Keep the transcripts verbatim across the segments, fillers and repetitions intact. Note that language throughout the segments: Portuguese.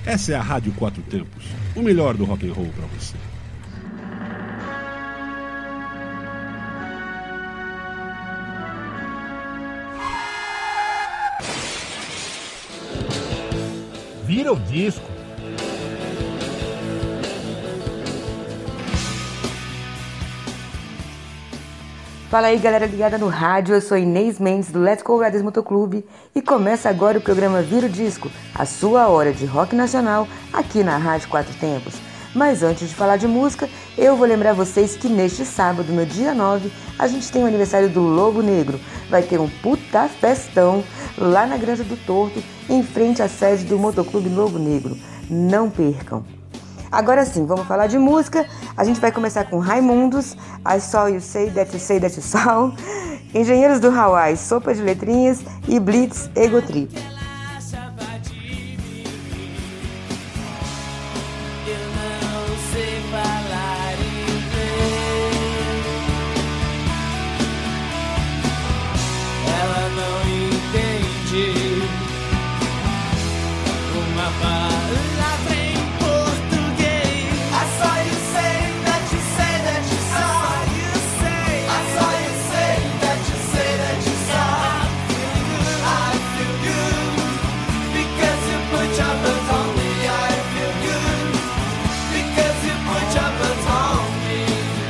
Essa é a Rádio Quatro Tempos, o melhor do rock and roll para você. Vira o disco. Fala aí, galera ligada no rádio, eu sou Inês Mendes do Let's Go Riders Motoclube e começa agora o programa Vira o Disco, a sua hora de rock nacional aqui na Rádio Quatro Tempos. Mas antes de falar de música, eu vou lembrar vocês que neste sábado, no dia nove, a gente tem o aniversário do Lobo Negro. Vai ter um puta festão lá na Granja do Torto, em frente à sede do Motoclube Lobo Negro. Não percam! Agora sim, vamos falar de música. A gente vai começar com Raimundos, I Saw You Say That You Say That You Saw, Engenheiros do Hawaii, Sopa de Letrinhas e Blitz, Ego Trip. Ela não entende uma palavra em português. I saw you say that you say that you saw. I saw you say that you say that you saw. I feel good because you put your hands on me. I feel good because you put your hands on me.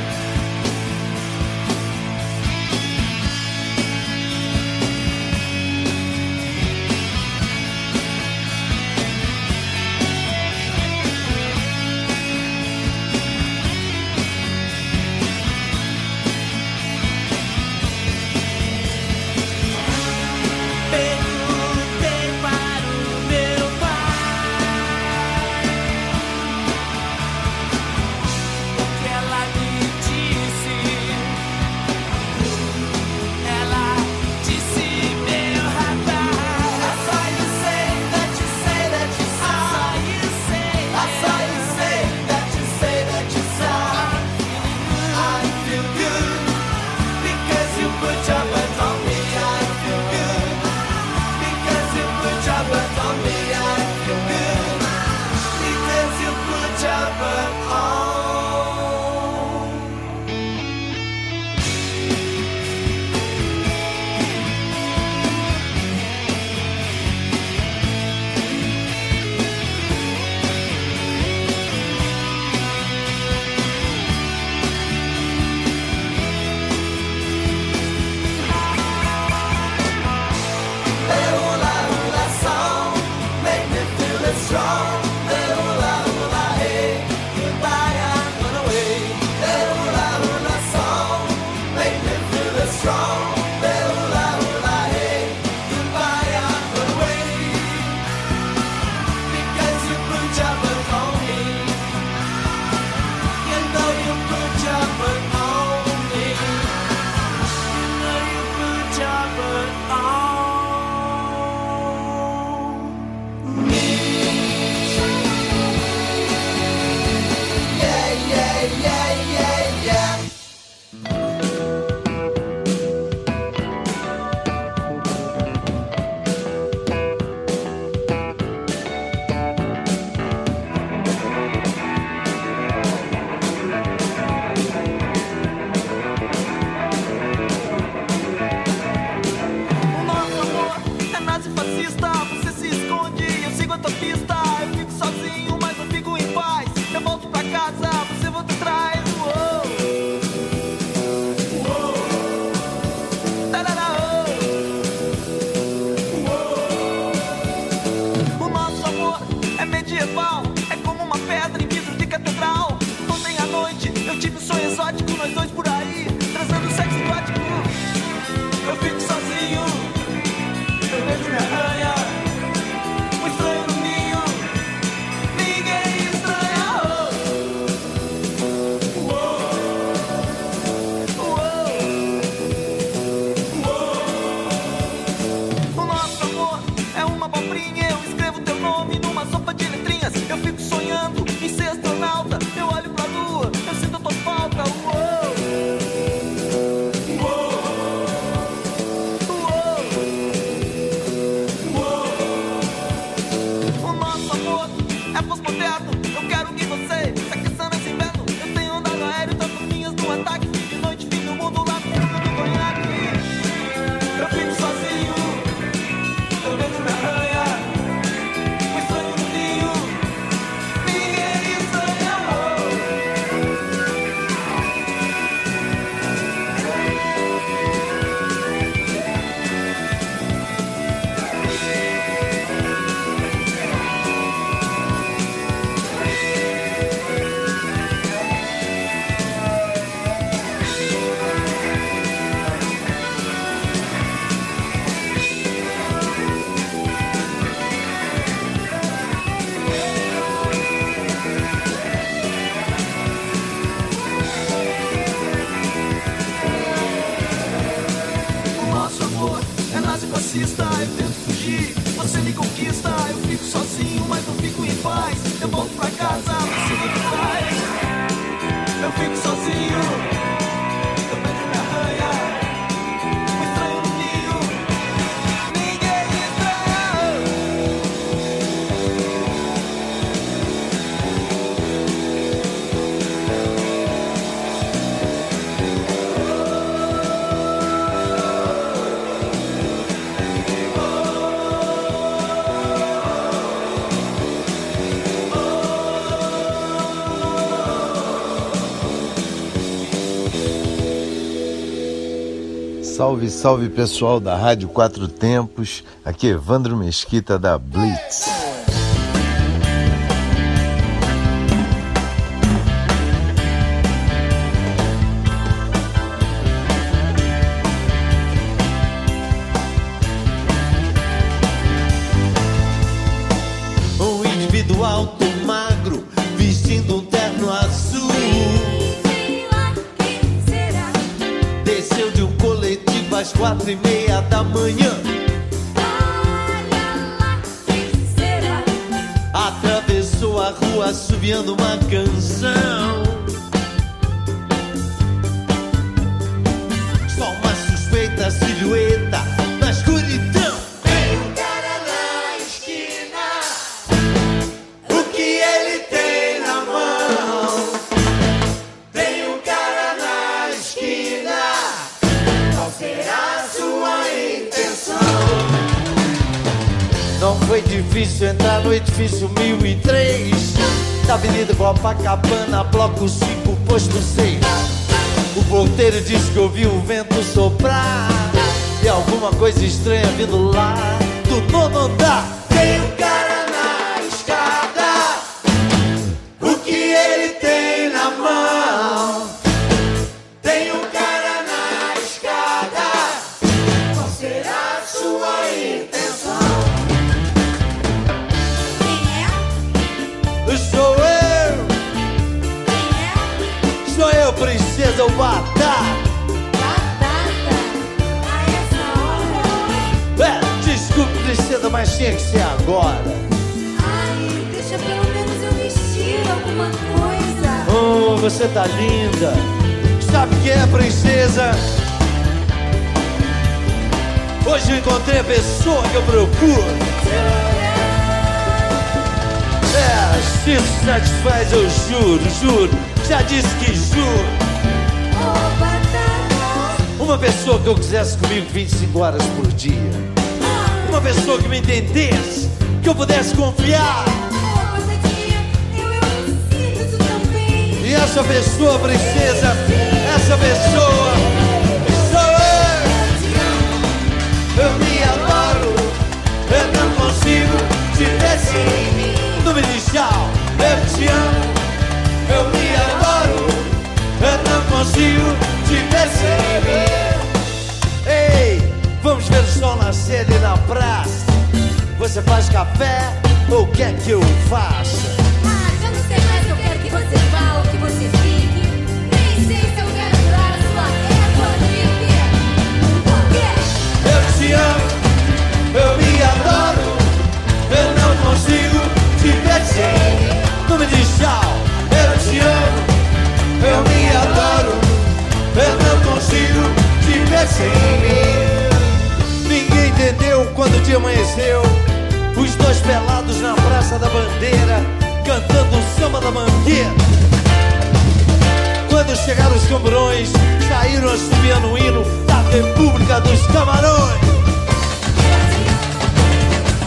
Perguntei para o meu pai o que ela me disse. Ela disse, meu rapaz, I saw you say that you say that you saw. I saw you say that you say that you saw. I feel good because you put your hands on me. I feel good because you put your hands on me. I feel good because you put your hands on. The hula hula song make me feel it strong. The hula hula hey, goodbye I'm gone away. The hula hula song make me feel it strong. The hula hula hey, goodbye I'm gone away. Because you put your foot on me. You know you put your foot on me. You know you put your foot on me. fascista, eu tento fugir, você me conquista, eu fico sozinho, mas não fico em paz. Eu volto pra casa, você não me faz. Eu fico sozinho, eu pego minha arranha, um estranho no ninho, ninguém Salve, salve pessoal da Rádio Quatro Tempos, aqui é Evandro Mesquita da Blitz. Um indivíduo alto, magro, vestindo um terno azul, desceu de um coletivo às quatro e meia da manhã. Olha lá, quem será? Atravessou a rua assobiando uma canção. Só uma suspeita silhueta na escuridão. Tem um cara na esquina, o que ele tem na mão? Tem um cara na esquina, qual será a sua intenção? Não foi difícil entrar no edifício mil e três da Avenida Copacabana, bloco cinco, posto seis. O porteiro disse que ouviu o vento soprar e alguma coisa estranha vindo lá do nono andar. Tem um cara na escada, o que ele tem na mão? Tem um cara na escada, qual será a sua intenção? Sou eu, sou eu, princesa ou batata. É, desculpe, princesa, mas tinha que ser agora. Ai, deixa pelo menos eu vestir alguma coisa. Oh, você tá linda. Sabe o que é, princesa? Hoje eu encontrei a pessoa que eu procuro. É, se isso satisfaz, eu juro, juro. Já disse que juro. Oh, batata. Uma pessoa que eu quisesse comigo vinte e cinco horas por dia. Uma pessoa que me entendesse, que eu pudesse confiar. Oh, batatinha, eu, eu preciso disso também. E essa pessoa, princesa, essa pessoa sou eu. Eu me adoro, eu não consigo te ver sem mim. Não me diz tchau, eu te amo. Eu me adoro, eu não consigo te ver sem mim. Ei, vamos ver o sol nascer ali na praça. Você faz café ou quer que eu faça? Ah, já não sei mais se eu quero que você vá ou que você fique. Nem sei se eu quero durar a sua régua de pé. Por quê? Eu te amo, eu me adoro, eu não consigo te ver sem mim. Não me diz tchau, eu te amo, eu me adoro, eu não consigo te ver sem mim. Ninguém entendeu quando o dia amanheceu, os dois pelados na Praça da Bandeira, cantando o samba da mangueira. Quando chegaram os camburões, saíram assobiando o hino da República dos Camarões.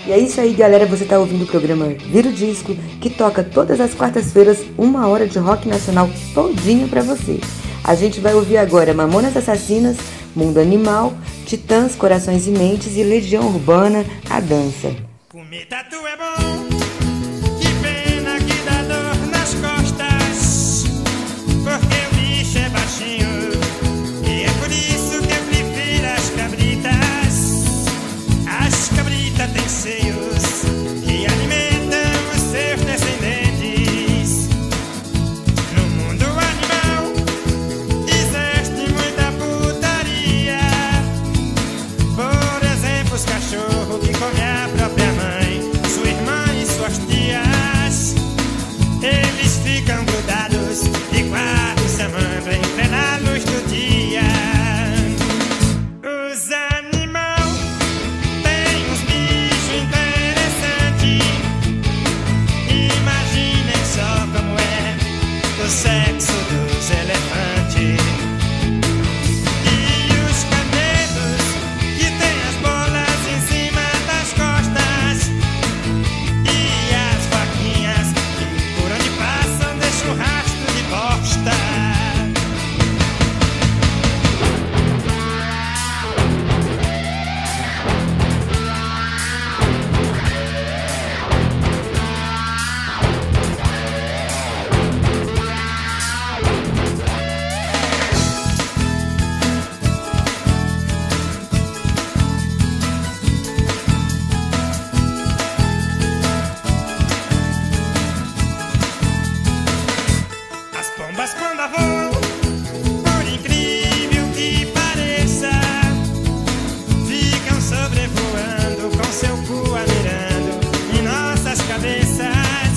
E é isso aí, galera, você tá ouvindo o programa Vira o Disco, que toca todas as quartas-feiras uma hora de rock nacional todinho pra você. A gente vai ouvir agora Mamonas Assassinas, Mundo Animal, Titãs, Corações e Mentes e Legião Urbana, A Dança. Comer tatu é bom, que pena que dá dor nas costas, porque o bicho é baixinho, e é por isso que eu prefiro as cabritas. As cabritas têm seios que alimentam os seus descendentes. No mundo animal existe muita putaria. Por exemplo, os cachorros que comem a própria mãe, sua irmã e suas tias. Eles ficam grudados de quatro se amando em plena luz do dia. Os animais têm uns bichos interessantes. Imaginem só como é o sexo dos elefantes. E os camelos que têm as bolas em cima das costas. E as vaquinhas que por onde passam deixam rastro de bosta. As pombas quando voam, por incrível que pareça, ficam sobrevoando com seu cu mirando em nossas cabeças.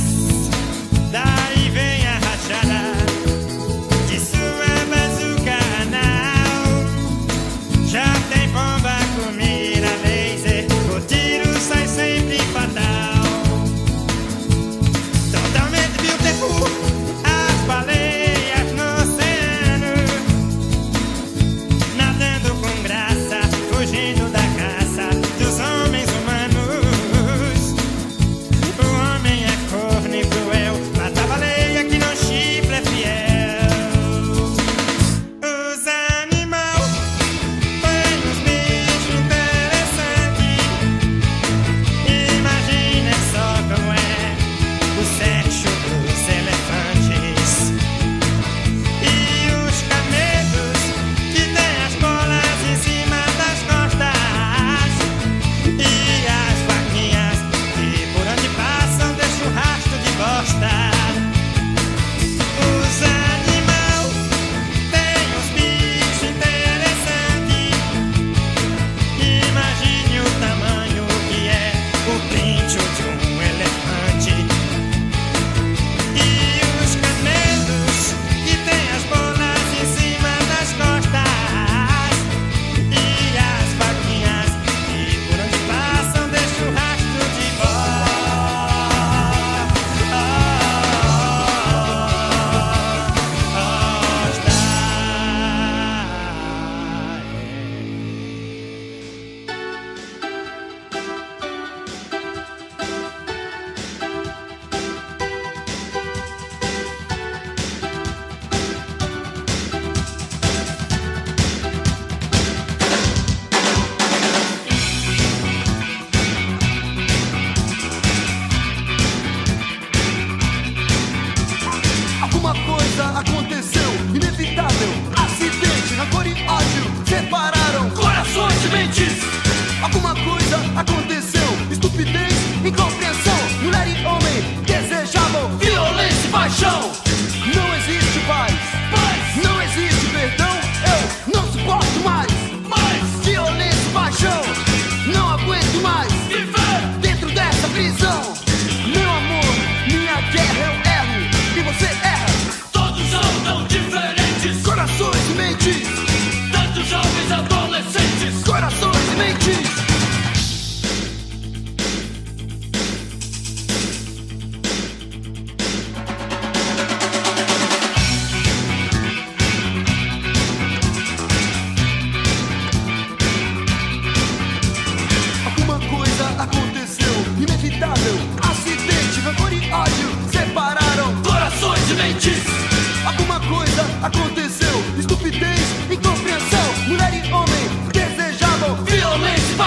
Daí vem a rachada de sua bazuca anal. Já tem bomba com mira laser, o tiro sai sempre fatal. Totalmente beautiful, as baleias no oceano, nadando com graça, fugindo da caça dos homens humanos. O homem é corno e cruel, mata a baleia que não chifra é fiel. Os animais têm uns bichos interessantes. Imaginem só como é o sexo dos elefantes. E os camelos que têm as bolas em cima das costas. E as vaquinhas que por onde passam deixam rastro de bosta. Os animais têm uns bichos interessantes. Imagine o tamanho que é o pinto de um elefante. E os camelos que têm as bolas em cima das costas. E as vaquinhas que por onde passam deixam rastro de bosta. Alguma coisa aconteceu, inevitável. Acidente, rancor e ódio separaram corações e mentes. Alguma coisa aconteceu, estupidez, incompreensão. Mulher e homem desejavam violência e paixão. Não existe paz, paz. Não existe perdão. Eu não suporto mais, mais. Violência e paixão. Não aguento mais viver dentro dessa prisão. Meu amor, minha guerra, eu erro e você erra. Todos são tão diferentes, Corações e mentes, tanto jovens adolescentes. corações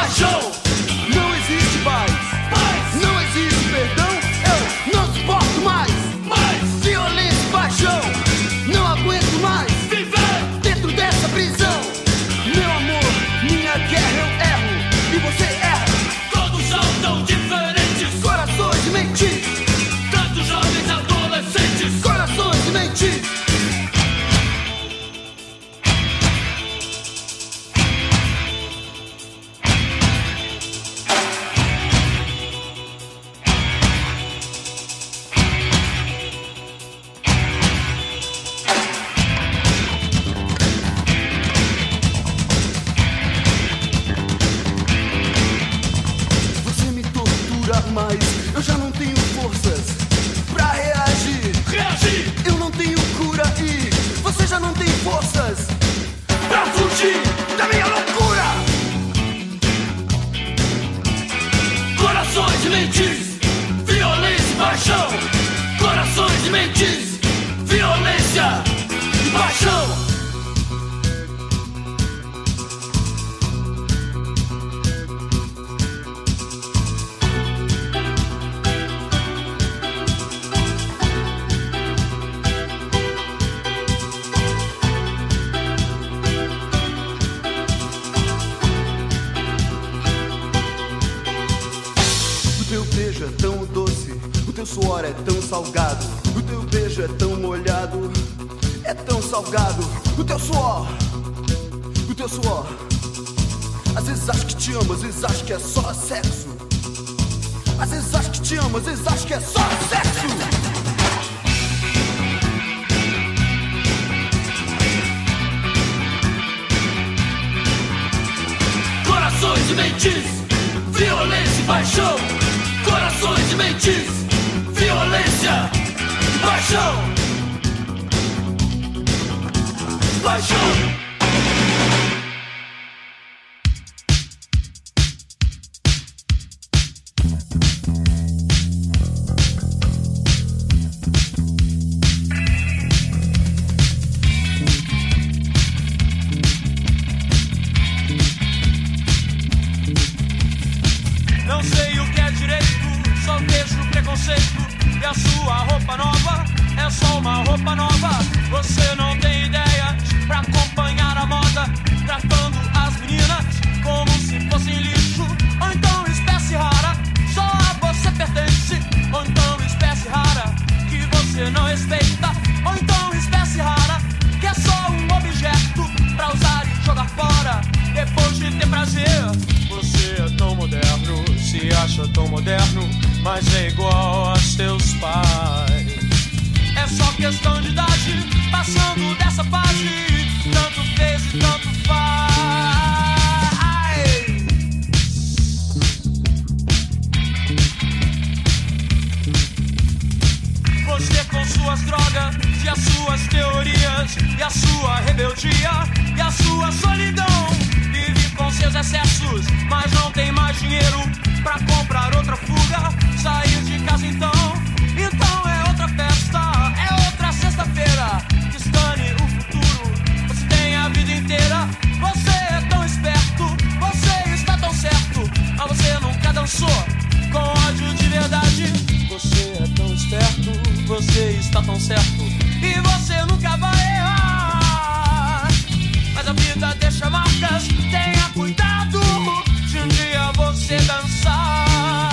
paixão. Não existe paz, não existe perdão. Eu não suporto mais, violência e paixão. Não aguento mais viver dentro dessa prisão. Meu amor, minha guerra, eu erro e você erra. Todos são tão diferentes, Corações de mentir, tantos jovens adolescentes. corações de mentir. Você me tortura, mas eu já não tenho forças pra reagir. Reagir Eu não tenho cura e você já não tem forças pra fugir da minha loucura. corações de mentes, violência e paixão. Corações de mentes, violência e paixão. O teu beijo é tão doce, o teu suor é tão salgado. O teu beijo é tão molhado, é tão salgado. O teu suor, o teu suor. Às vezes acho que te amo, às vezes acho que é só sexo. Às vezes acho que te amo, às vezes acho que é só sexo. Corações de mentes, violência e paixão. Corações de mentes, violência e paixão. Paixão. Não sei o que é direito, só vejo preconceito. E a sua roupa nova é só uma roupa nova. Você não tem ideias pra acompanhar a moda, tratando as meninas como se fossem lixo. Ou então espécie rara, só a você pertence. Ou então espécie rara, que você não respeita. Ou então espécie rara, que é só um objeto pra usar e jogar fora depois de ter prazer. Você é tão moderno, se acha tão moderno, mas é igual a seus pais. É só questão de idade, passando dessa fase. Tanto fez e tanto faz. Você com suas drogas e as suas teorias, e a sua rebeldia e a sua solidão. Vive com seus excessos, mas não tem mais dinheiro pra comprar outra fuga. Sair de casa então, então é outra festa, é outra sexta-feira. Que estane o futuro, você tem a vida inteira. Você é tão esperto, você está tão certo, mas você nunca dançou com ódio de verdade. Você é tão esperto, você está tão certo, e você nunca vai errar. Mas a vida deixa marcas, tenha cuidado de um dia você dançar.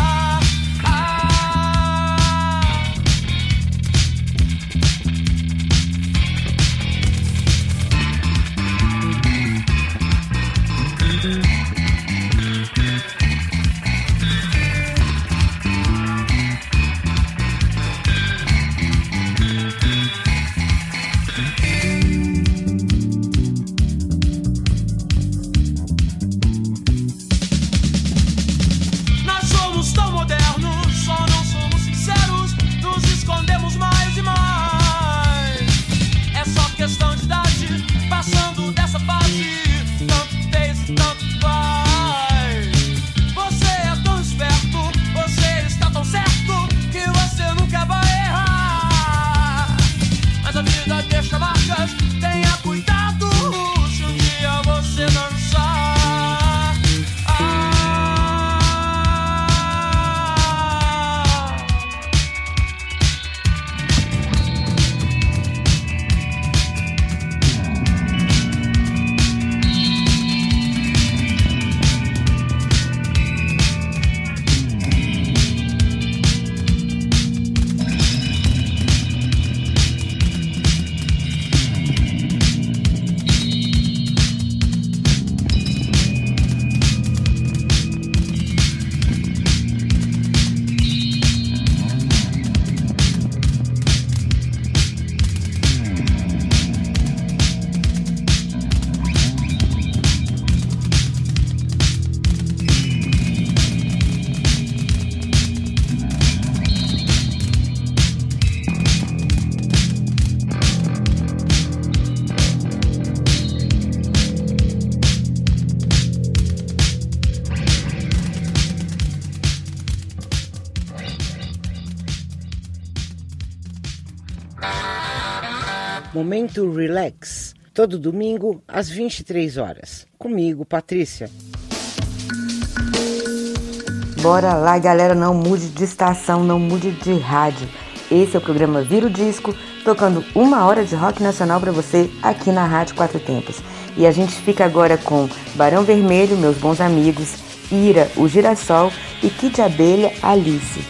Nós somos tão modernos, só não somos sinceros, nos escondemos mais e mais. É só questão de idade, passando dessa fase. Tanto fez e tanto faz. Você é tão esperto, você está tão certo, que você nunca vai errar. Mas a vida deixa marcas, tenha cuidado se um dia você dançar. Ah. Momento Relax, todo domingo às vinte e três horas. Comigo, Patrícia. Bora lá, galera, não mude de estação, não mude de rádio. Esse é o programa Vira o Disco, tocando uma hora de rock nacional para você aqui na Rádio Quatro Tempos. E a gente fica agora com Barão Vermelho, Meus Bons Amigos, Ira, o Girassol e Kid Abelha, Alice.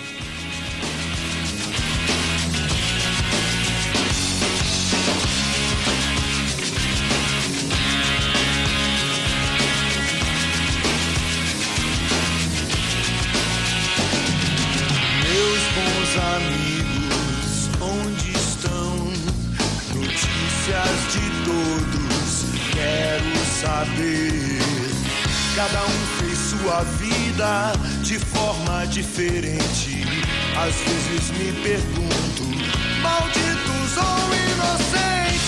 Amigos, onde estão? Notícias de todos, quero saber. Cada um fez sua vida de forma diferente. Às vezes me pergunto, malditos ou inocentes?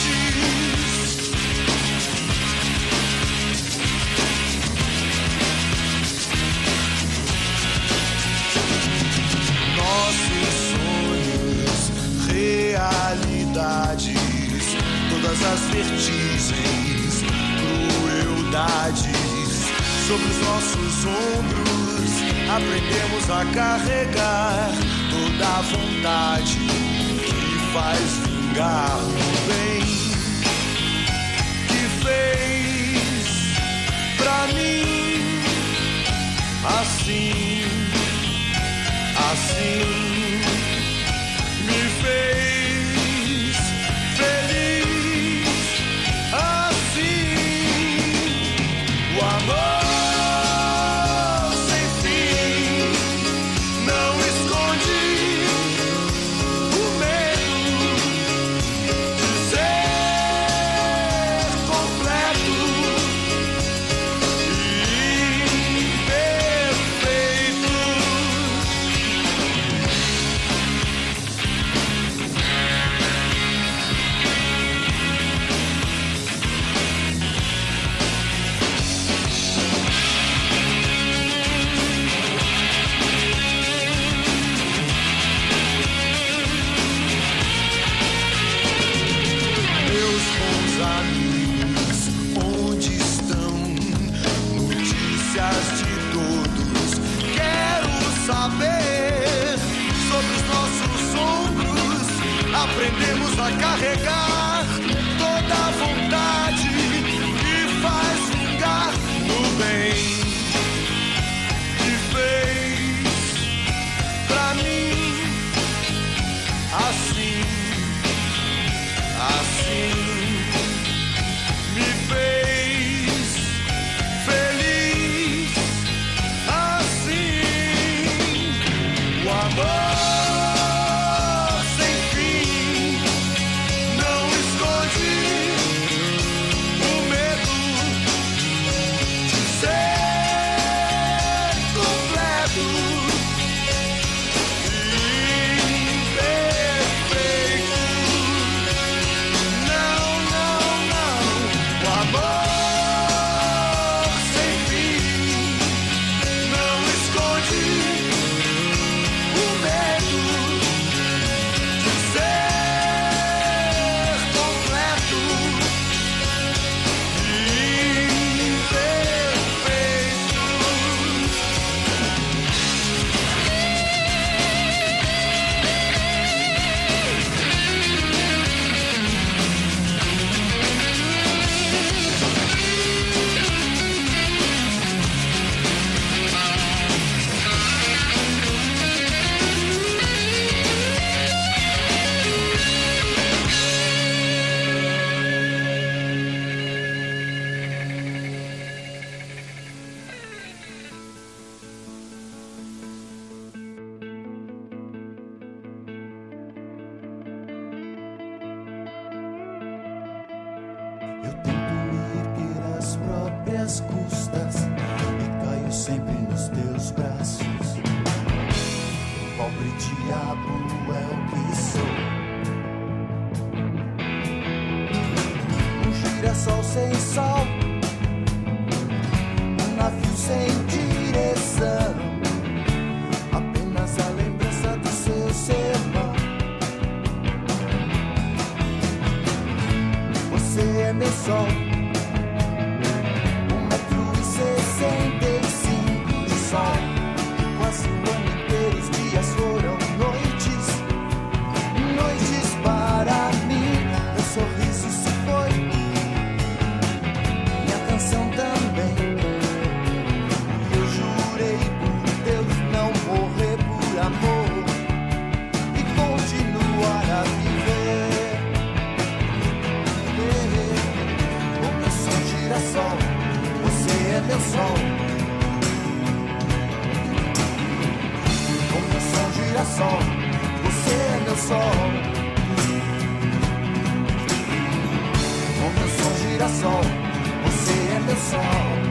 Nossos sonhos, realidades, todas as vertigens, crueldades, sobre os nossos ombros, aprendemos a carregar toda a vontade que faz vingar o bem que fez pra mim assim. Assim me fez feliz, assim o amor sem fim não esconde o medo de ser completo e imperfeito. Aprendemos a carregar toda a vontade que faz vingar no bem que fez pra mim assim, assim me fez feliz, assim o amor custas e caio sempre nos teus braços. Pobre diabo é o que sou, um girassol sem sol, um navio sem direção, apenas a lembrança do seu sermão. girassol. Um metro e sessenta e cinco de sol. E quase o ano inteiro os dias foram noites, noites para mim. Meu sorriso se foi, minha canção também. E eu jurei por Deus não morrer por amor e continuar a viver. O meu som girassol, você é meu sol. O meu som girassol, você é meu sol. O meu som girassol, você é meu sol.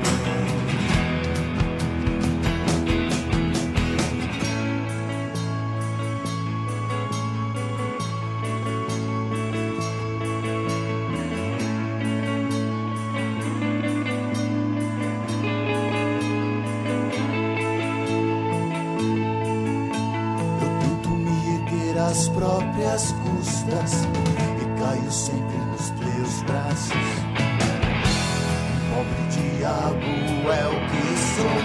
Às próprias custas e caio sempre nos teus braços. Pobre diabo é o que sou,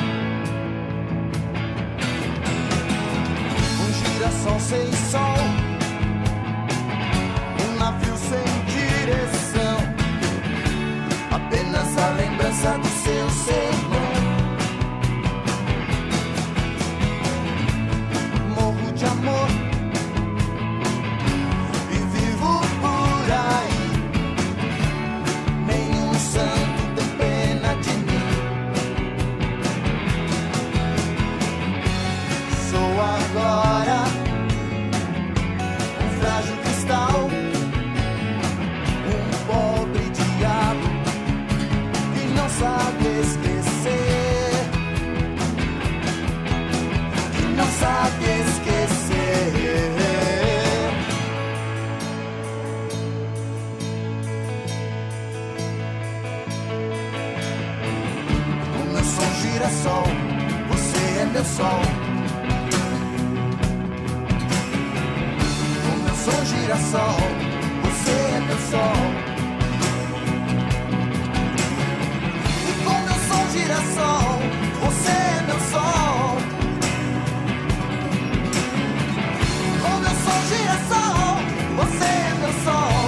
um girassol sem sol, um navio sem direção, apenas a lembrança do seu sermão. Morro de amor agora, um frágil cristal, um pobre diabo que não sabe esquecer, que não sabe esquecer. O meu som girassol, você é meu sol. Sou girassol, você é meu sol. E como eu sou girassol, você é meu sol. Como eu sou girassol, você é meu sol.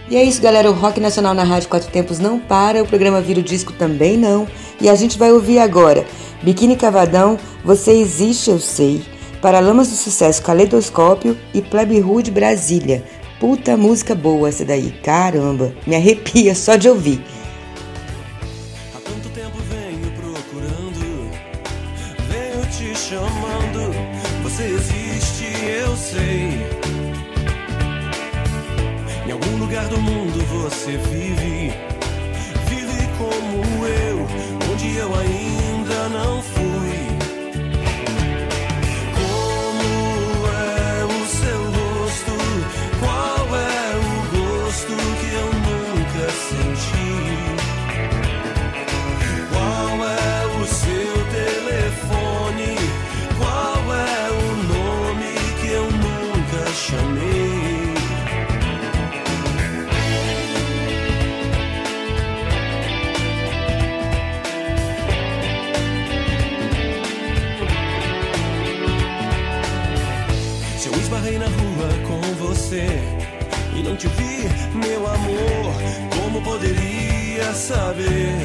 E é isso, galera, o Rock Nacional na Rádio Quatro Tempos não para, o programa Vira o Disco também não. E a gente vai ouvir agora Biquíni Cavadão, Você Existe, Eu Sei, Paralamas do Sucesso, Caleidoscópio e Plebe Rude, Brasília. Puta música boa essa daí, caramba, me arrepia só de ouvir. Há tanto tempo venho procurando, venho te chamando, você existe, eu sei. Em algum lugar do mundo você vive, vive como eu, onde eu ainda não fui. Como é o seu rosto, qual é o gosto que eu nunca senti? Qual é o seu telefone, qual é o nome que eu nunca chamei? Esbarrei na rua com você e não te vi, meu amor, como poderia saber?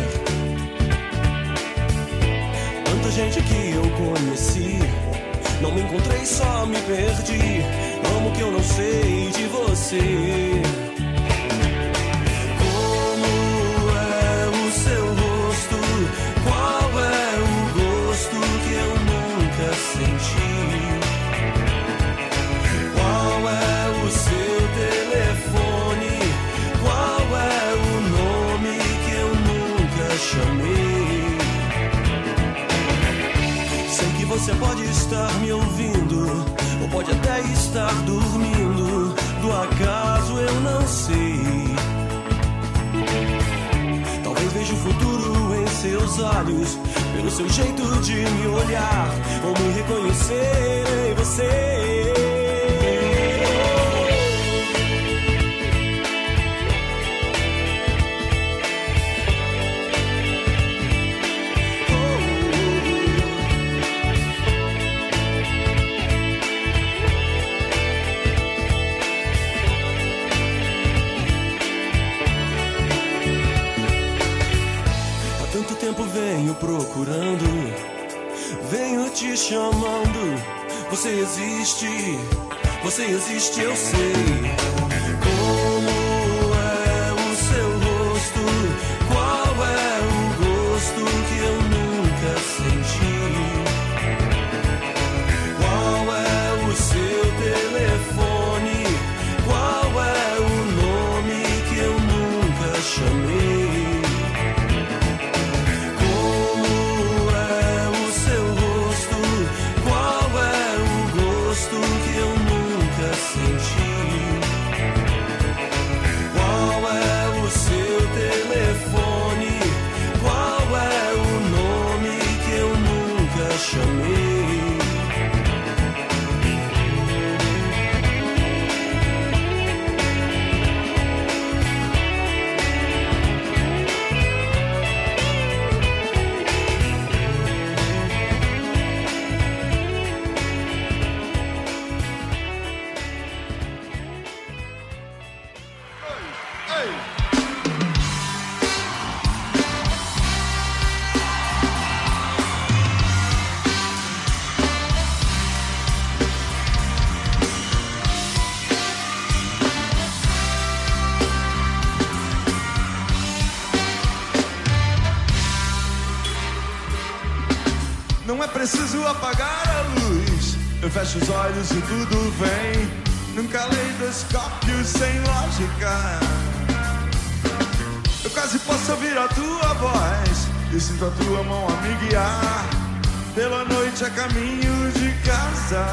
Tanta gente que eu conheci, não me encontrei, só me perdi. Amo o que eu não sei de você. Como é o seu rosto, qual é o gosto que eu nunca senti? Qual é o seu telefone? Qual é o nome que eu nunca chamei? Sei que você pode estar me ouvindo, ou pode até estar dormindo. Do acaso eu não sei. Talvez veja o futuro em seus olhos, pelo seu jeito de me olhar, ou me reconhecer em você. Venho procurando, venho te chamando. Você existe, você existe, eu sei. Como é o seu rosto, qual é o gosto que eu nunca senti? Qual é o seu telefone, qual é o nome que eu nunca chamei? Não é preciso apagar a luz, eu fecho os olhos e tudo vem num caleidoscópio sem lógica. Eu quase posso ouvir a tua voz e sinto a tua mão a me guiar pela noite a caminho de casa.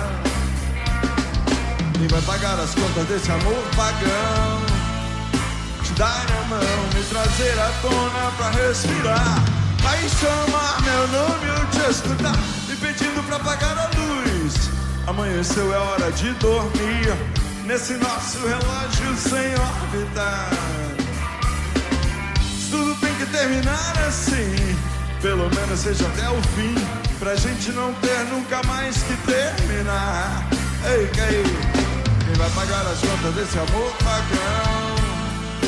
Quem vai pagar as contas desse amor pagão? Te dar a mão, me trazer à tona pra respirar. Vai chamar meu nome, eu te escutar, me pedindo pra apagar a luz. Amanheceu, é hora de dormir nesse nosso relógio sem órbita. Tudo tem que terminar assim, pelo menos seja até o fim, pra gente não ter nunca mais que terminar. Ei, ei, quem vai pagar as contas desse amor pagão?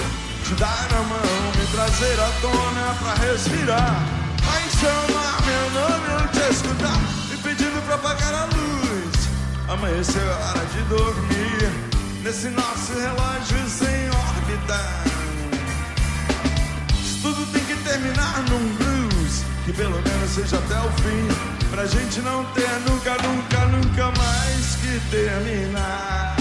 te dar a mão, me trazer à tona pra respirar. Vai chamar meu nome, eu te escutar, me pedindo pra apagar a luz. Amanheceu, é hora de dormir, nesse nosso relógio sem órbita. Tudo tem que terminar num blues, que pelo menos seja até o fim, pra gente não ter nunca, nunca, nunca mais que terminar.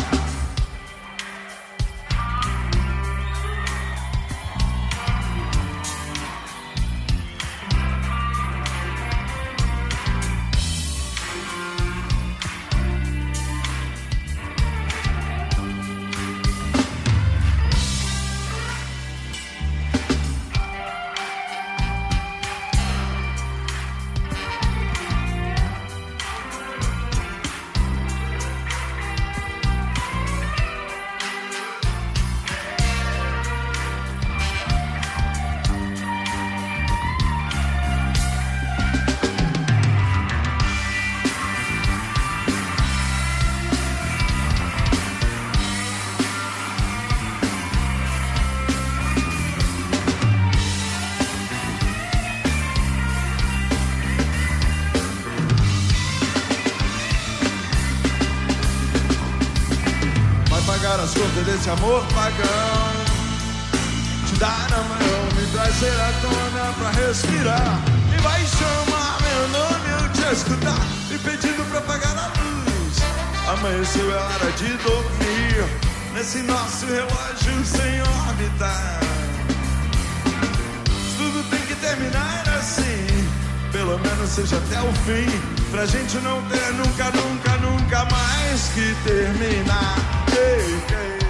As contas desse amor pagão, te dar a mão, me trazer à tona pra respirar. E vai chamar meu nome, eu te escutar, me pedindo pra apagar a luz. Amanheceu, é hora de dormir, nesse nosso relógio sem órbita. Tudo tem que terminar assim, pelo menos seja até o fim, pra gente não ter nunca, nunca, nunca mais que terminar. Hey, hey.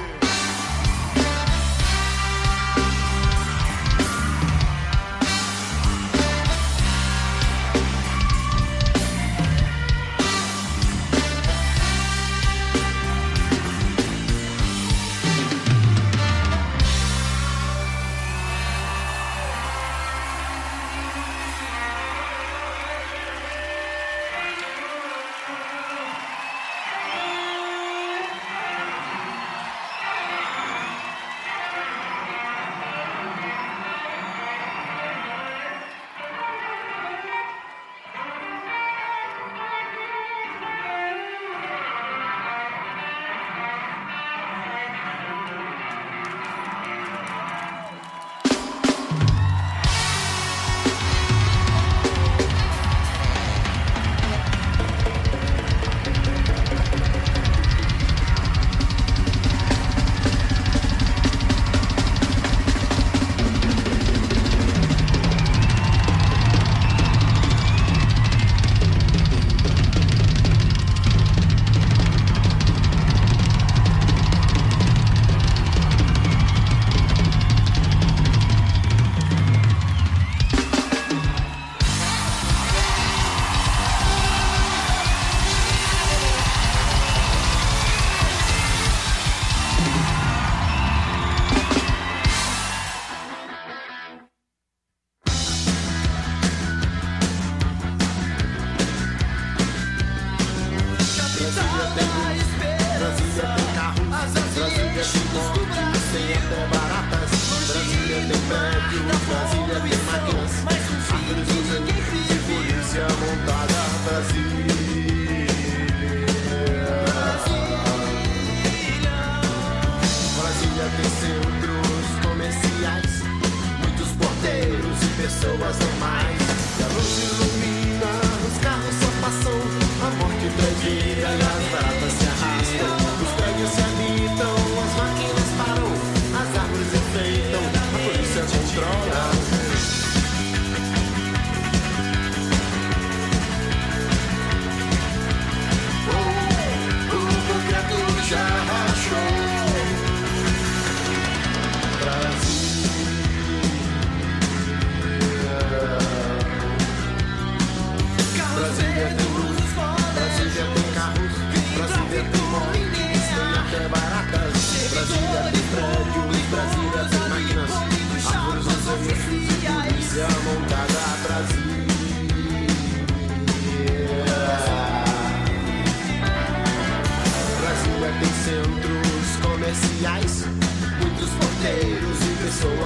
Brasília tem centros comerciais, muitos porteiros e pessoas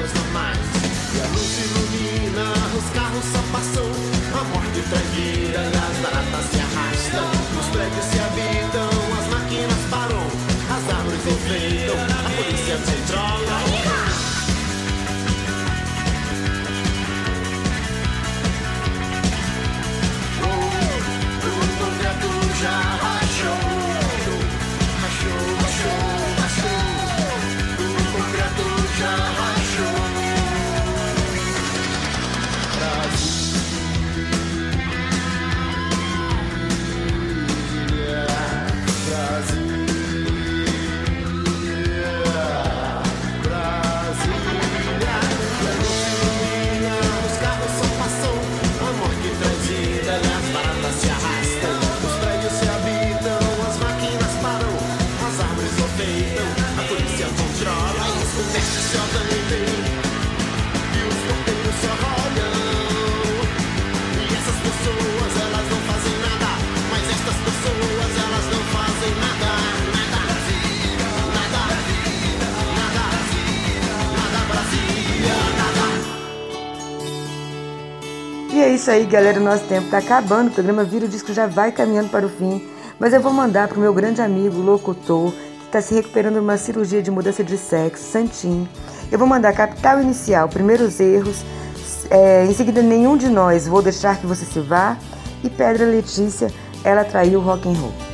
é isso aí, galera, o nosso tempo tá acabando, o programa Vira o Disco já vai caminhando para o fim, mas eu vou mandar pro meu grande amigo, locutor, que tá se recuperando de uma cirurgia de mudança de sexo, Santinho. Eu vou mandar Capital Inicial, Primeiros Erros, é, em seguida Nenhum de Nós, Vou Deixar Que Você Se Vá, e Pedra Letícia, Ela Traiu Rock and Roll.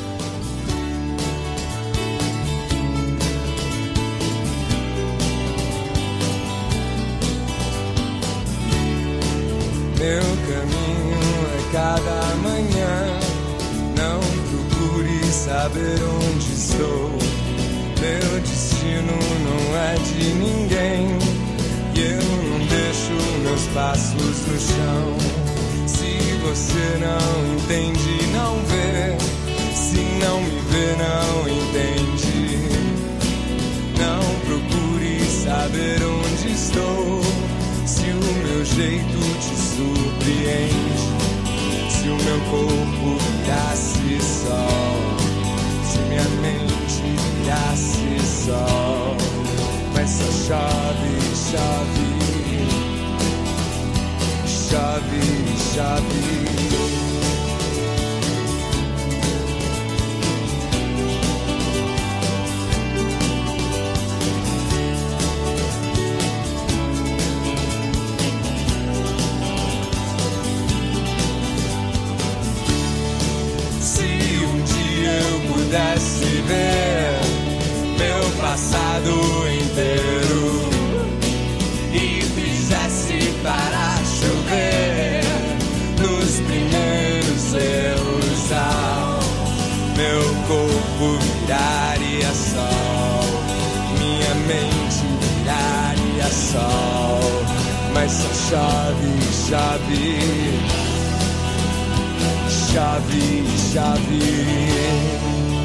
Meu caminho é cada manhã. Não procure saber onde estou. Meu destino não é de ninguém. E eu não deixo meus passos no chão. Se você não entende, não vê. Se não me vê, não entende. Não procure saber onde estou. Se o meu jeito te surpreende, se o meu corpo virasse sol, se minha mente virasse sol, mas só chove, chove, chove, chove. Pudesse ver meu passado inteiro e fizesse parar chover nos primeiros erros, ao meu corpo viraria sol, minha mente viraria sol, mas só chove, chove, chove, chove.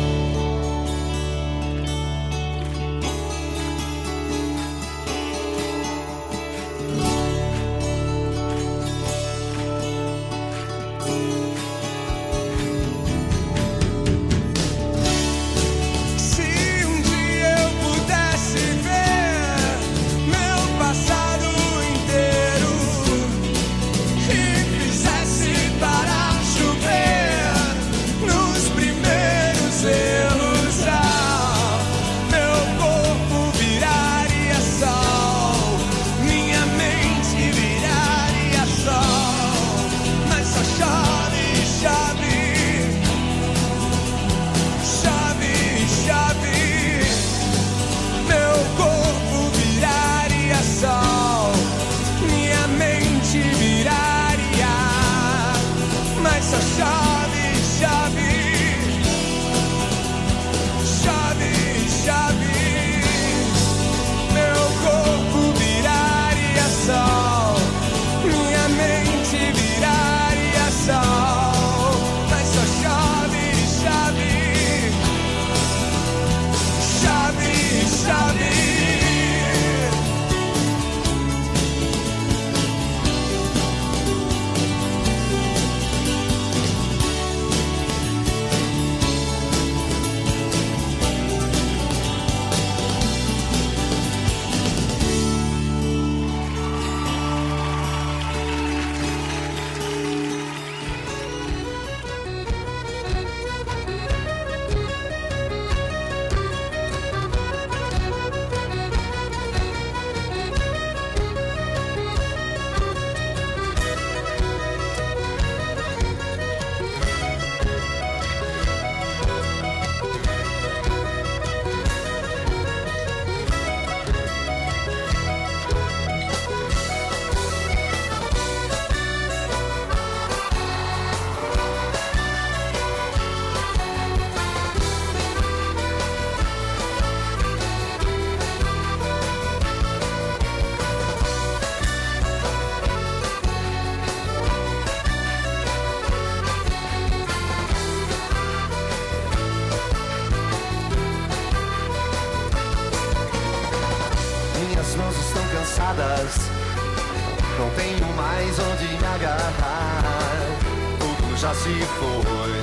Não tenho mais onde me agarrar. Tudo já se foi.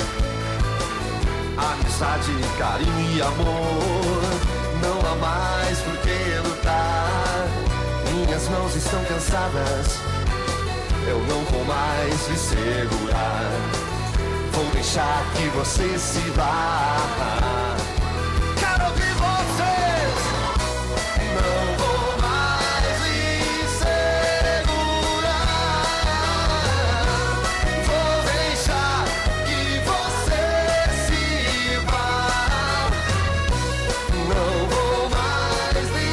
Amizade, carinho e amor. Não há mais por que lutar. Minhas mãos estão cansadas. eu não vou mais lhe segurar. Vou deixar que você se vá. Quero ouvir vocês. Não vou mais lhe segurar. Vou deixar que você se vá. Não vou mais lhe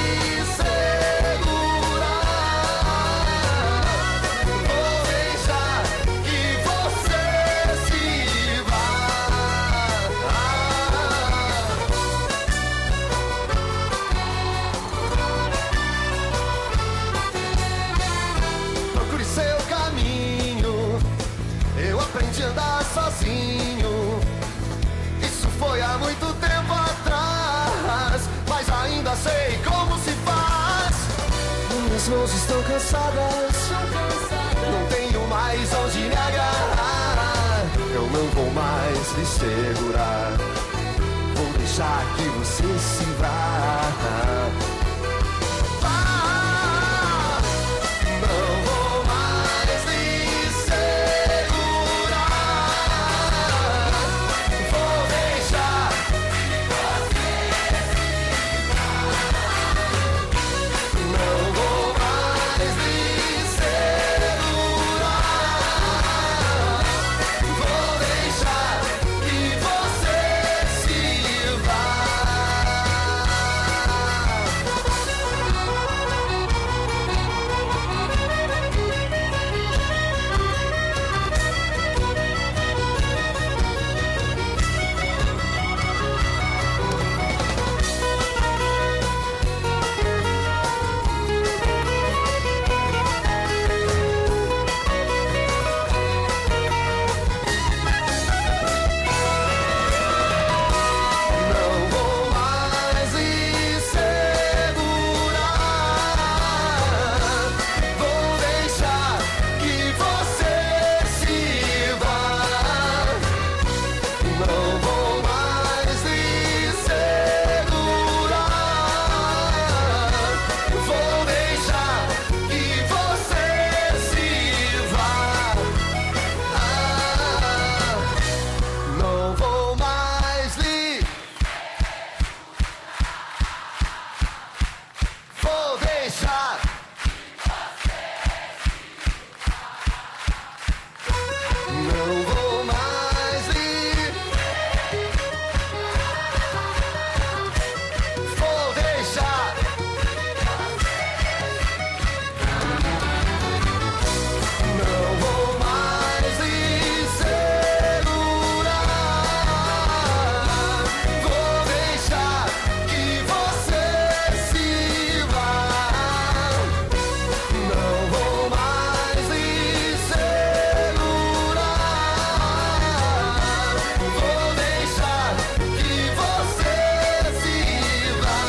segurar. Vou deixar que você se vá. Procure seu caminho. Eu aprendi a andar sozinho. Isso foi há muito tempo atrás, mas ainda sei como se faz. Minhas mãos estão cansadas, não tenho mais onde me agarrar. Eu não vou mais lhe segurar. Vou deixar que você se vá. Vá. Não vou mais lhe segurar. Vou deixar que você se vá. Não vou mais lhe segurar. Vou deixar que você se vá. Não vou mais lhe segurar. Vou deixar que você se vá. Não vou mais lhe segurar. Vou deixar que você se vá. Ah, não vou mais lhe. Vou deixar. Não vou mais lhe. Vou deixar. Não vou mais lhe segurar. Vou deixar que você se vá. Não vou mais lhe segurar. Vou deixar que você se vá.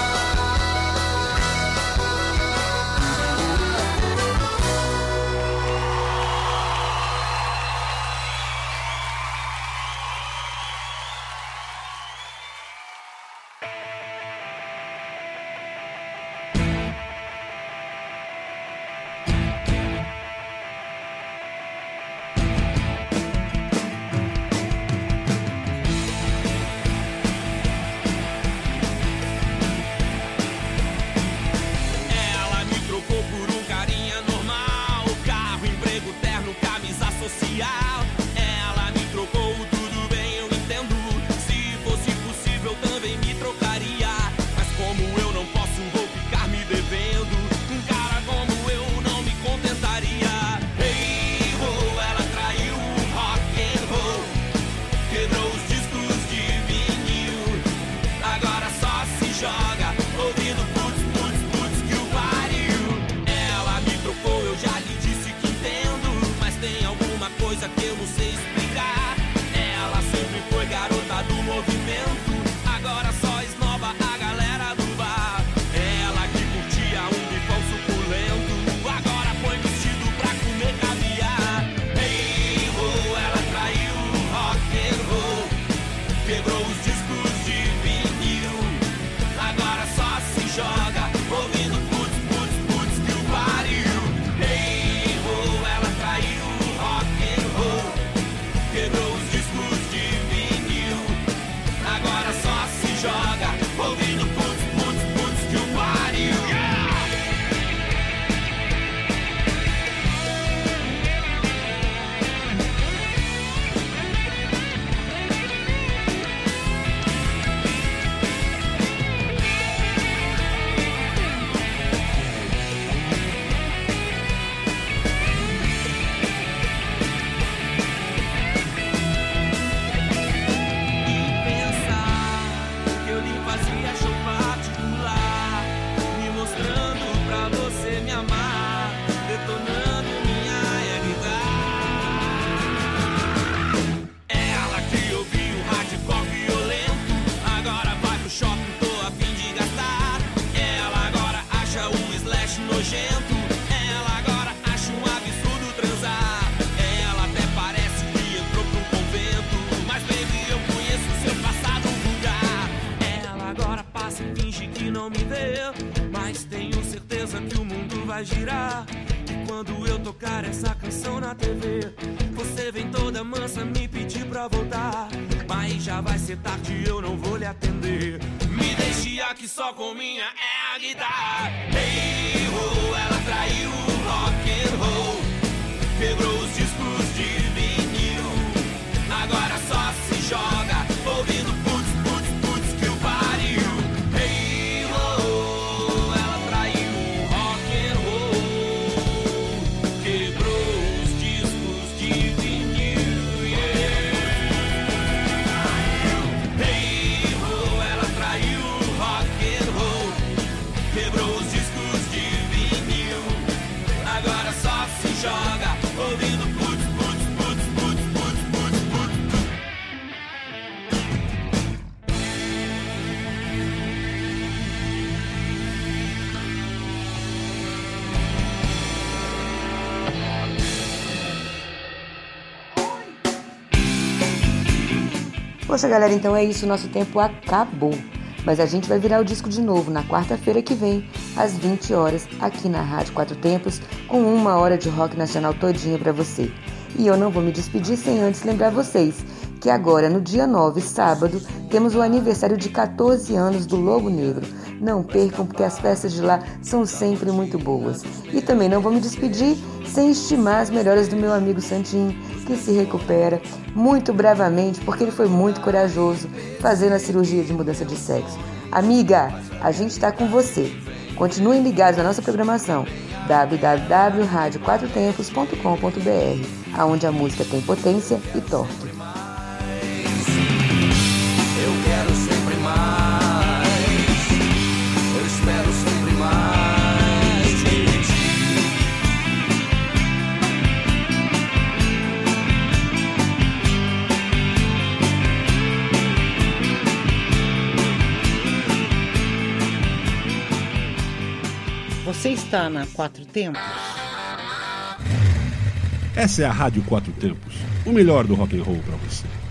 Ela me trocou por um carinha normal, carro, emprego, terno, camisa social. Ela me trocou, tudo bem, eu entendo. Se fosse possível também me trocaria, mas como eu não posso, vou ficar me devendo. Um cara como eu não me contentaria. Hey, oh, ela traiu o rock and roll, quebrou os discos de vinil. Agora só se joga ouvindo putz, putz, putz que o pariu. Ela me trocou, eu já lhe disse que entendo, mas tem alguma coisa que eu não sei explicar. Ela sempre foi garota do movimento, agora só esnoba a galera do bar. Ela que curtia um bifão suculento, agora põe vestido pra comer caviar. Hey, oh, ela traiu o rock and roll, quebrou os discos de vinil. Agora só se joga ouvindo putz, putz, putz que o pariu. Hey, oh, ela traiu cantar essa canção na T V. Você vem toda mansa me pedir pra voltar, mas já vai ser tarde, eu não vou lhe atender. Me deixe aqui só com minha é a guitarra. Hey, ho, ela traiu o rock and roll, quebrou os discos de vinil, agora só se joga ouvindo putz, putz, putz que o pariu. Hey, ho, ela traiu o rock and roll, quebrou os discos de vinil, yeah. Hey, ho, ela traiu o rock and roll, quebrou os discos de vinil, agora só se joga ouvindo putz, putz, putz, putz, putz, putz, putz. Poxa, galera, então é isso, nosso tempo acabou. Mas a gente vai virar o disco de novo na quarta-feira que vem, às vinte horas, aqui na Rádio Quatro Tempos, com uma hora de rock nacional todinha pra você. E eu não vou me despedir sem antes lembrar vocês que agora, no dia nove, sábado, temos o aniversário de catorze anos do Lobo Negro. Não percam, porque as festas de lá são sempre muito boas. E também não vou me despedir sem estimar as melhoras do meu amigo Santinho, que se recupera muito bravamente, porque ele foi muito corajoso fazendo a cirurgia de mudança de sexo. Amiga, a gente está com você. Continuem ligados na nossa programação w w w ponto rádio quatro tempos ponto com ponto b r, aonde a música tem potência e torque. Eu quero sempre mais, eu espero sempre mais de ti. Você está na Quatro Tempos? Essa é a Rádio Quatro Tempos, o melhor do rock and roll pra você.